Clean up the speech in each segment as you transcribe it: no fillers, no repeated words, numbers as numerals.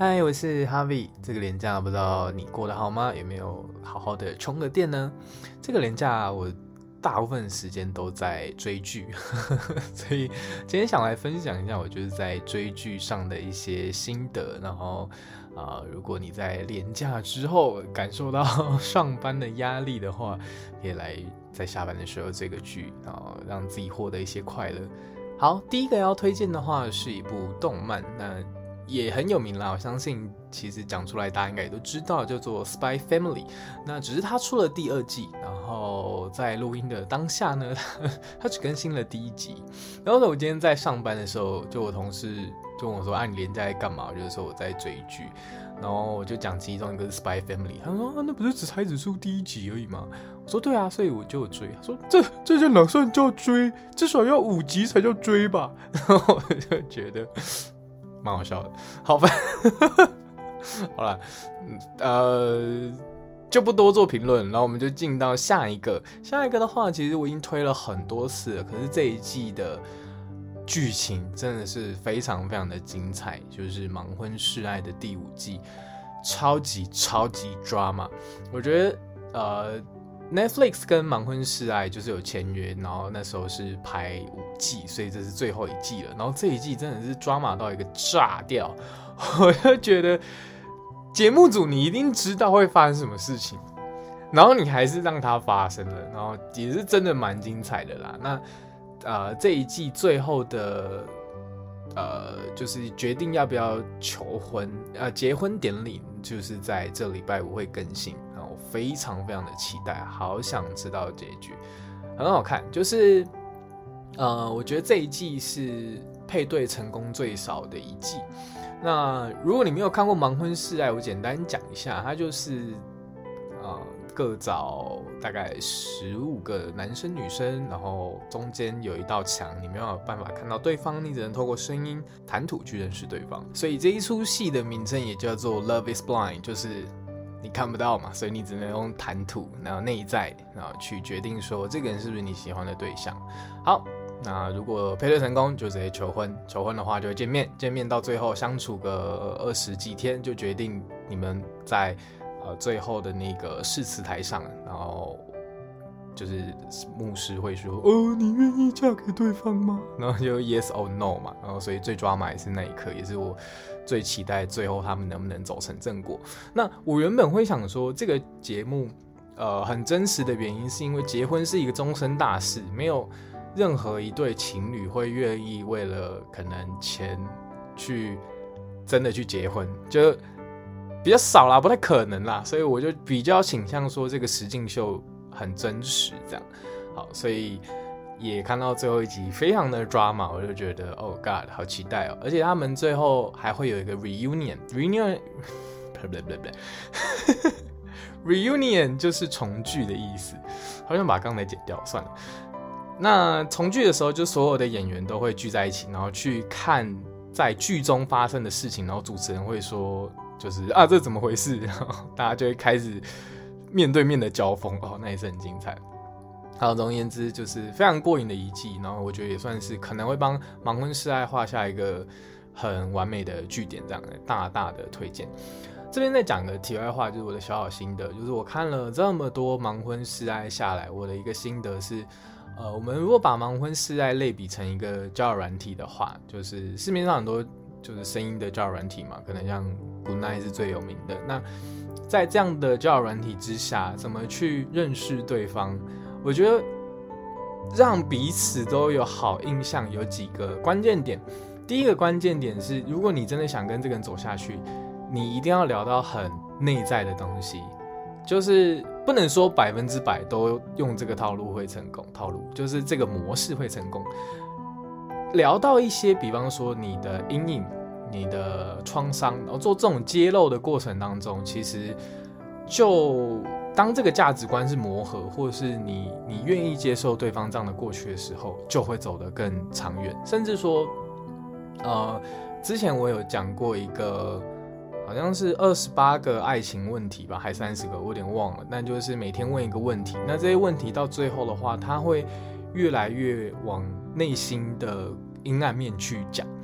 嗨，我是 Harvey。这个连假不知道你过得好吗？有没有好好的充个电呢？这个连假我大部分时间都在追剧，所以今天想来分享一下我就是在追剧上的一些心得。然后如果你在连假之后感受到上班的压力的话，可以来在下班的时候追个剧，然后让自己获得一些快乐。好，第一个要推荐的话是一部动漫，那也很有名啦，我相信其实讲出来大家应该也都知道，叫做《Spy Family》。那只是它出了第2季，然后在录音的当下呢，它只更新了第1集。然后呢，我今天在上班的时候，就我同事就问我说：“你连假在干嘛？”我就说我在追剧，然后我就讲其中一个是《Spy Family》，他说：“那不是才出第1集而已吗？”我说：“对啊，所以我就有追。”他说：“这就哪算叫追？至少要5集才叫追吧？”然后我就觉得蛮好笑的。好吧，好啦，就不多做评论，然后我们就进到下一个。下一个的话，其实我已经推了很多次了，可是这一季的剧情真的是非常非常的精彩，就是《盲婚试爱》的第5季，超级 drama。我觉得Netflix 跟《盲婚试爱》就是有签约，然后那时候是拍5季，所以这是最后1季了。然后这一季真的是drama到一个炸掉，我就觉得节目组你一定知道会发生什么事情，然后你还是让它发生了，然后也是真的蛮精彩的啦。那这一季最后的就是决定要不要求婚结婚典礼，就是在这礼拜5会更新，然后非常非常的期待，好想知道结局，很好看。就是我觉得这一季是配对成功最少的一季。那如果你没有看过《盲婚试爱》，我简单讲一下，它就是各找大概15个男生女生，然后中间有一道墙，你没有办法看到对方，你只能透过声音谈吐去认识对方。所以这一出戏的名称也叫做 Love is Blind， 就是你看不到嘛，所以你只能用谈吐，然后内在，然后去决定说这个人是不是你喜欢的对象。好，那如果配对成功，就直接求婚。求婚的话就会见面到最后相处个20几天，就决定你们在最后的那个誓词台上，然后就是牧师会说：“你愿意嫁给对方吗？”然后就 yes or no 嘛。然后所以最drama也是那一刻，也是我最期待最后他们能不能走成正果。那我原本会想说，这个节目很真实的原因，是因为结婚是一个终身大事，没有任何一对情侣会愿意为了可能钱去真的去结婚，就比较少啦，不太可能啦，所以我就比较倾向说这个实境秀很真实这样。好，所以也看到最后一集非常的 drama， 我就觉得Oh God， 好期待哦！而且他们最后还会有一个 reunion 就是重聚的意思，好像把刚才剪掉算了。那重聚的时候，就所有的演员都会聚在一起，然后去看在剧中发生的事情，然后主持人会说，就是这怎么回事？然后大家就会开始面对面的交锋，那也是很精彩。好，总而言之就是非常过瘾的一季，然后我觉得也算是可能会帮《盲婚试爱》画下一个很完美的句点，这样的大的推荐。这边再讲个题外话，就是我的小心得，就是我看了这么多盲婚试爱下来，我的一个心得是，我们如果把盲婚试爱类比成一个交友软体的话，就是市面上很多就是声音的交友软体嘛，可能像 Goodnight 是最有名的。那在这样的交友软体之下，怎么去认识对方？我觉得让彼此都有好印象有几个关键点。第一个关键点是，如果你真的想跟这个人走下去，你一定要聊到很内在的东西，就是不能说100%都用这个套路会成功，就是这个模式会成功。聊到一些，比方说你的阴影、你的创伤，然后做这种揭露的过程当中，其实就当这个价值观是磨合，或者是你愿意接受对方这样的过去的时候，就会走得更长远。甚至说，之前我有讲过一个，好像是28个爱情问题吧，还30个，我有点忘了。那就是每天问一个问题，那这些问题到最后的话，它会越来越往内心的阴暗面去讲。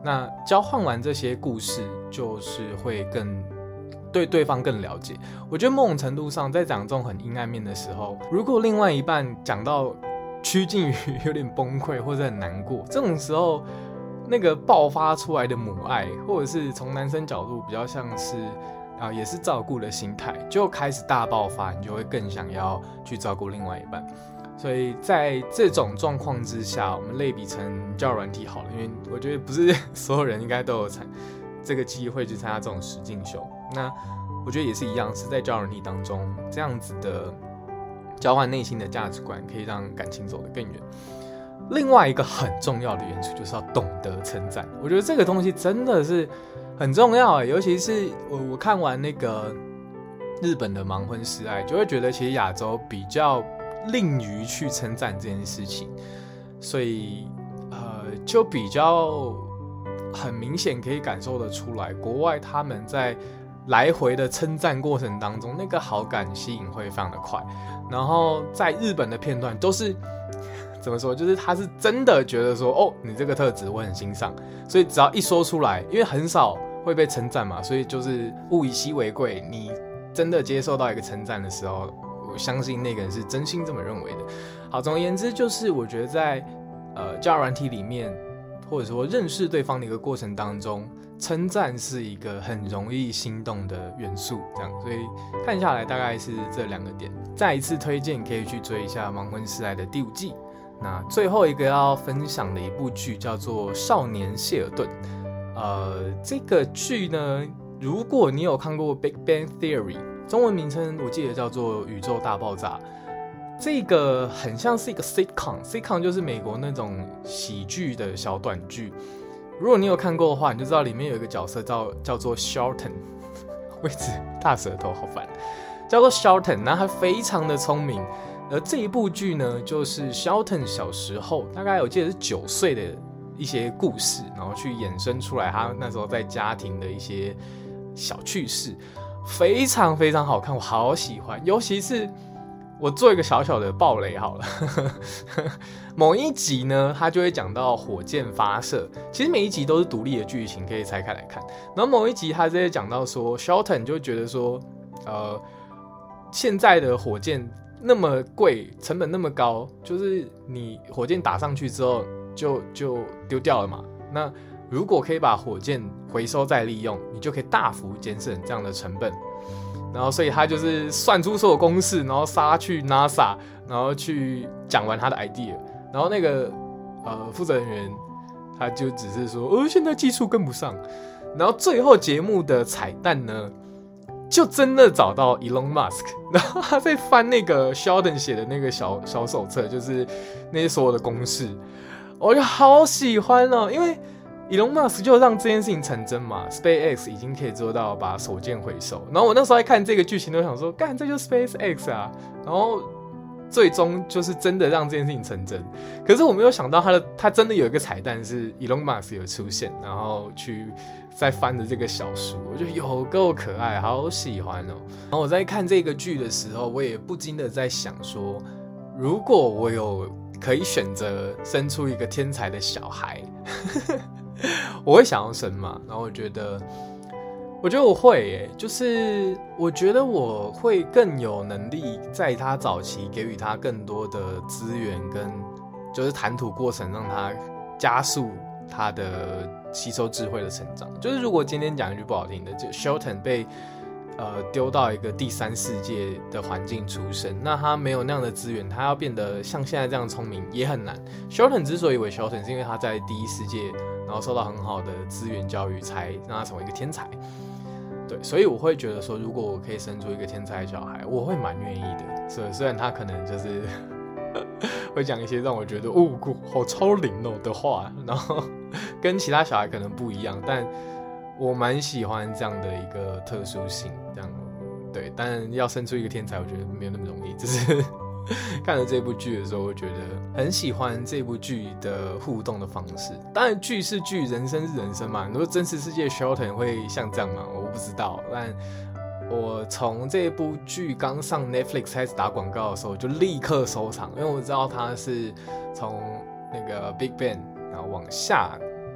那交换完这些故事，就是会更对对方更了解。我觉得某种程度上，在讲这种很阴暗面的时候，如果另外一半讲到趋近于有点崩溃或者很难过，这种时候那个爆发出来的母爱，或者是从男生角度比较像是也是照顾的心态，就开始大爆发，你就会更想要去照顾另外一半。所以在这种状况之下，我们类比成交友软体好了，因为我觉得不是所有人应该都有这个机会去参加这种实境秀。那我觉得也是一样，是在交友软体当中，这样子的交换内心的价值观，可以让感情走得更远。另外一个很重要的元素就是要懂得称赞，我觉得这个东西真的是很重要尤其是我看完那个日本的盲婚试爱，就会觉得其实亚洲比较吝于去称赞这件事情，所以就比较很明显可以感受得出来，国外他们在来回的称赞过程当中，那个好感吸引会非常的快。然后在日本的片段都是怎么说，就是他是真的觉得说，你这个特质我很欣赏，所以只要一说出来，因为很少会被称赞嘛，所以就是物以稀为贵，你真的接受到一个称赞的时候，我相信那个人是真心这么认为的。好，总而言之，就是我觉得在交友软体里面，或者说认识对方的一个过程当中，称赞是一个很容易心动的元素，这样，所以看下来大概是这2个点。再一次推荐可以去追一下《盲婚试爱》的第5季。那最后一个要分享的一部剧叫做《少年谢尔顿》。这个剧呢，如果你有看过《Big Bang Theory》，中文名称我记得叫做《宇宙大爆炸》。这个很像是一个 sitcom 就是美国那种喜剧的小短剧。如果你有看过的话，你就知道里面有一个角色叫做 Shelton， 我一直大舌头好烦，叫做 Shelton， 那他非常的聪明。而这一部剧呢，就是 Shelton 小时候，大概我记得是9岁的一些故事，然后去衍生出来他那时候在家庭的一些小趣事，非常非常好看，我好喜欢。尤其是我做一个小小的爆雷好了某一集呢，他就会讲到火箭发射，其实每一集都是独立的剧情，可以拆开来看。然后某一集他直接讲到说 Shelton 就觉得说现在的火箭那么贵，成本那么高，就是你火箭打上去之后就丢掉了嘛，那如果可以把火箭回收再利用，你就可以大幅减省这样的成本。然后所以他就是算出所有公式，然后杀去 NASA， 然后去讲完他的 idea， 然后那个负责人员他就只是说现在技术跟不上。然后最后节目的彩蛋呢，就真的找到 Elon Musk， 然后他在翻那个 Sheldon 写的那个小手册，就是那些所有的公式，我就好喜欢因为Elon Musk 就让这件事情成真嘛 ，SpaceX 已经可以做到把手箭回收。然后我那时候在看这个剧情，都想说，干，这就是 SpaceX 啊。然后最终就是真的让这件事情成真。可是我没有想到他真的有一个彩蛋是 Elon Musk 有出现，然后去在翻的这个小书，我觉得有够可爱，好喜欢然后我在看这个剧的时候，我也不禁的在想说，如果我有可以选择生出一个天才的小孩我会想要生嘛？然后我觉得我会耶，就是我觉得我会更有能力在他早期给予他更多的资源，跟就是谈吐过程，让他加速他的吸收智慧的成长。就是如果今天讲一句不好听的，就 Shelton 被丢到一个第3世界的环境出生，那他没有那样的资源，他要变得像现在这样聪明也很难。Shelton 之所以为 Shelton， 是因为他在第1世界，然后受到很好的资源教育，才让他成为一个天才。对，所以我会觉得说，如果我可以生出一个天才的小孩，我会蛮愿意的。虽然他可能就是会讲一些让我觉得好超龄的话，然后跟其他小孩可能不一样，但我蛮喜欢这样的一个特殊性。这样对，但要生出一个天才，我觉得没有那么容易。只是看了这部剧的时候，我觉得很喜欢这部剧的互动的方式。当然，剧是剧，人生是人生嘛。你说真实世界 Shelton 会像这样吗？我不知道。但我从这部剧刚上 Netflix 开始打广告的时候，就立刻收藏，因为我知道它是从那个 Big Bang 然后往下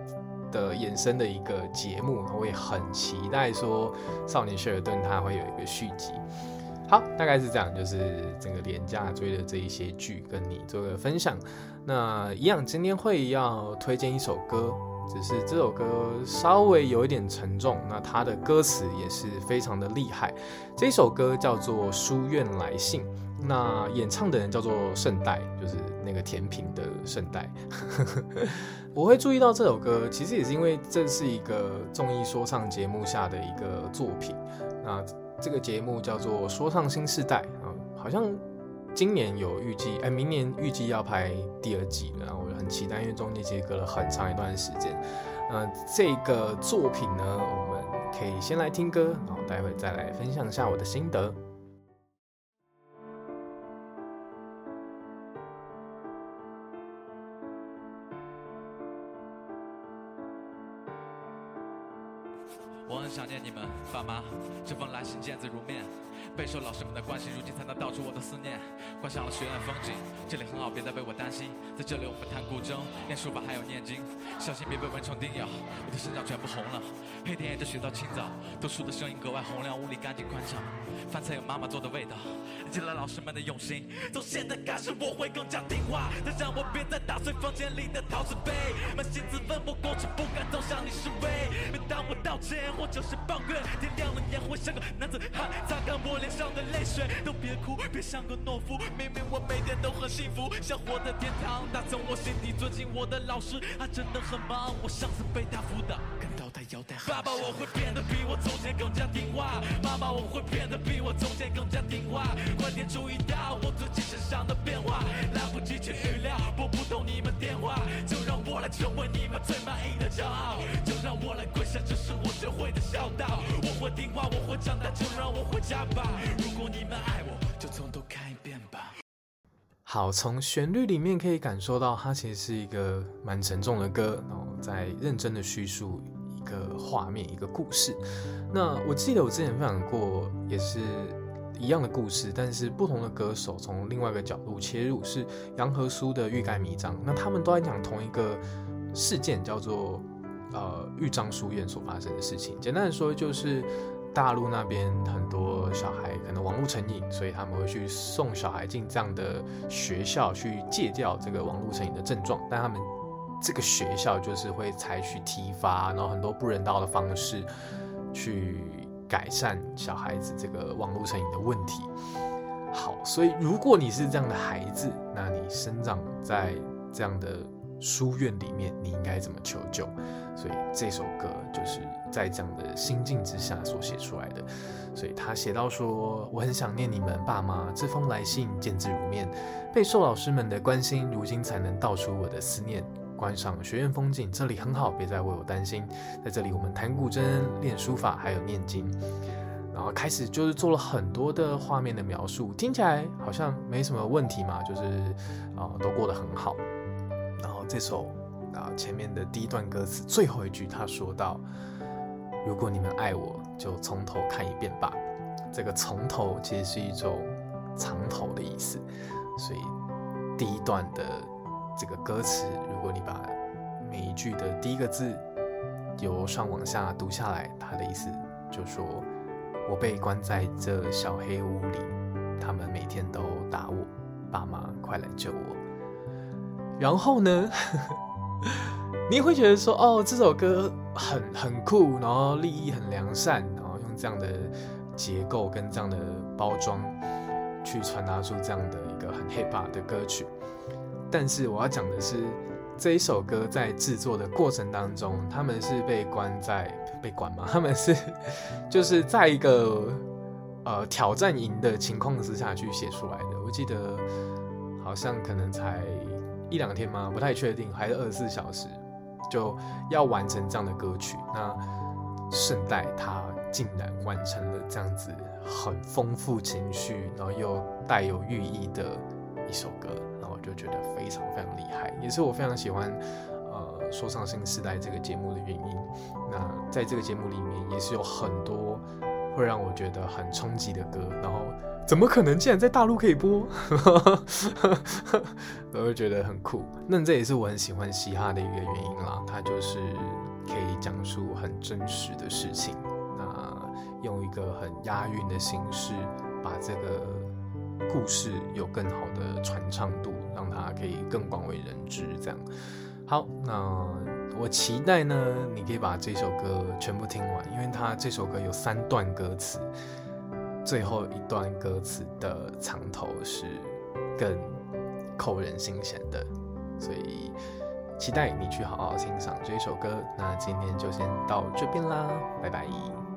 的衍生的一个节目，我也很期待说少年谢尔顿它会有一个续集。好，大概是这样，就是整个连假追的这一些剧跟你做个分享。那一样，今天会要推荐一首歌，只是这首歌稍微有一点沉重，那它的歌词也是非常的厉害。这首歌叫做《书院来信》，那演唱的人叫做圣代，就是那个甜品的圣代。我会注意到这首歌，其实也是因为这是一个综艺说唱节目下的一个作品。那这个节目叫做《说唱新世代》好像今年有预计，明年预计要拍第2季了，然后我很期待，因为中间间隔了很长一段时间。这个作品呢，我们可以先来听歌，然后待会再来分享一下我的心得。 我很想念你们，爸妈。这封来信见字如面，备受老师们的关心，如今才能道出我的思念。观赏了学院风景，这里很好，别再为我担心。在这里我们弹古筝，练书法还有念经，小心别被蚊虫叮咬。我的身上全部红了，黑天沿着雪到清早，读书的声音格外洪亮，屋里干净宽敞，饭菜有妈妈做的味道。记了老师们的用心，从现在开始我会更加听话，再让我别再打碎房间里的陶瓷杯。扪心自问，我过去不敢走向你示威。每当我道歉或者是抱怨，天亮了也会像个男子汉，擦干我脸上的泪水。都别哭，别像个懦夫，明明我每天都很幸福，想活的天堂打从我心底尊敬我的老师，他真的很忙，我上次被他辅导，看到他腰带。爸爸，我会变得比我从前更加听话，妈妈，我会变得比我从前更加听话。快点注意到我最近身上的变化，来不及去预料，拨不动你们电话，就让我来成为你们最满意的骄傲，就让我来跪下，这是我学会的孝道。我会听话，我会长大，就让我回家吧。如果你们爱我，就从头看一遍吧。 好，从旋律里面可以感受到，它其实是一个蛮沉重的歌，然后在认真的叙述一个画面、一个故事。那我记得我之前分享过，也是一样的故事，但是不同的歌手从另外一个角度切入，是杨和苏的《欲盖弥彰》。那他们都在讲同一个事件，叫做豫章书院所发生的事情。简单的说，就是大陆那边很多小孩可能网络成瘾，所以他们会去送小孩进这样的学校去戒掉这个网络成瘾的症状，但他们这个学校就是会采取体罚，然后很多不人道的方式去改善小孩子这个网络成瘾的问题。好，所以如果你是这样的孩子，那你生长在这样的书院里面，你应该怎么求救？所以这首歌就是在这样的心境之下所写出来的。所以他写到说，我很想念你们爸妈，这封来信见字如面，备受老师们的关心，如今才能道出我的思念。观赏学院风景，这里很好，别再为我担心。在这里我们弹古筝、练书法还有念经。然后开始就是做了很多的画面的描述，听起来好像没什么问题嘛，就是都过得很好。然后这首前面的第一段歌词最后一句，他说到：“如果你们爱我，就从头看一遍吧。”这个从头其实是一种藏头的意思，所以第一段的这个歌词，如果你把每一句的第一个字由上往下读下来，它的意思就说：我被关在这小黑屋里，他们每天都打我，爸妈快来救我。然后呢你会觉得说，哦，这首歌很酷，然后立意很良善，然后用这样的结构跟这样的包装去传达出这样的一个很 hip hop 的歌曲。但是我要讲的是，这一首歌在制作的过程当中，他们是被关吗？他们是就是在一个挑战营的情况之下去写出来的。我记得好像可能才1-2天吗？不太确定，还是24小时就要完成这样的歌曲。那圣代他竟然完成了这样子很丰富情绪，然后又带有寓意的一首歌，然后我就觉得非常非常厉害，也是我非常喜欢说唱新时代这个节目的原因。那在这个节目里面也是有很多会让我觉得很冲击的歌，然后怎么可能竟然在大陆可以播我就觉得很酷。那这也是我很喜欢嘻哈的一个原因啦，它就是讲述很真实的事情，那用一个很押韵的形式，把这个故事有更好的传唱度，让它可以更广为人知。这样，好，那我期待呢，你可以把这首歌全部听完，因为它这首歌有3段歌词，最后一段歌词的藏头是更扣人心弦的，所以期待你去好好欣赏这一首歌。那今天就先到这边啦，拜拜。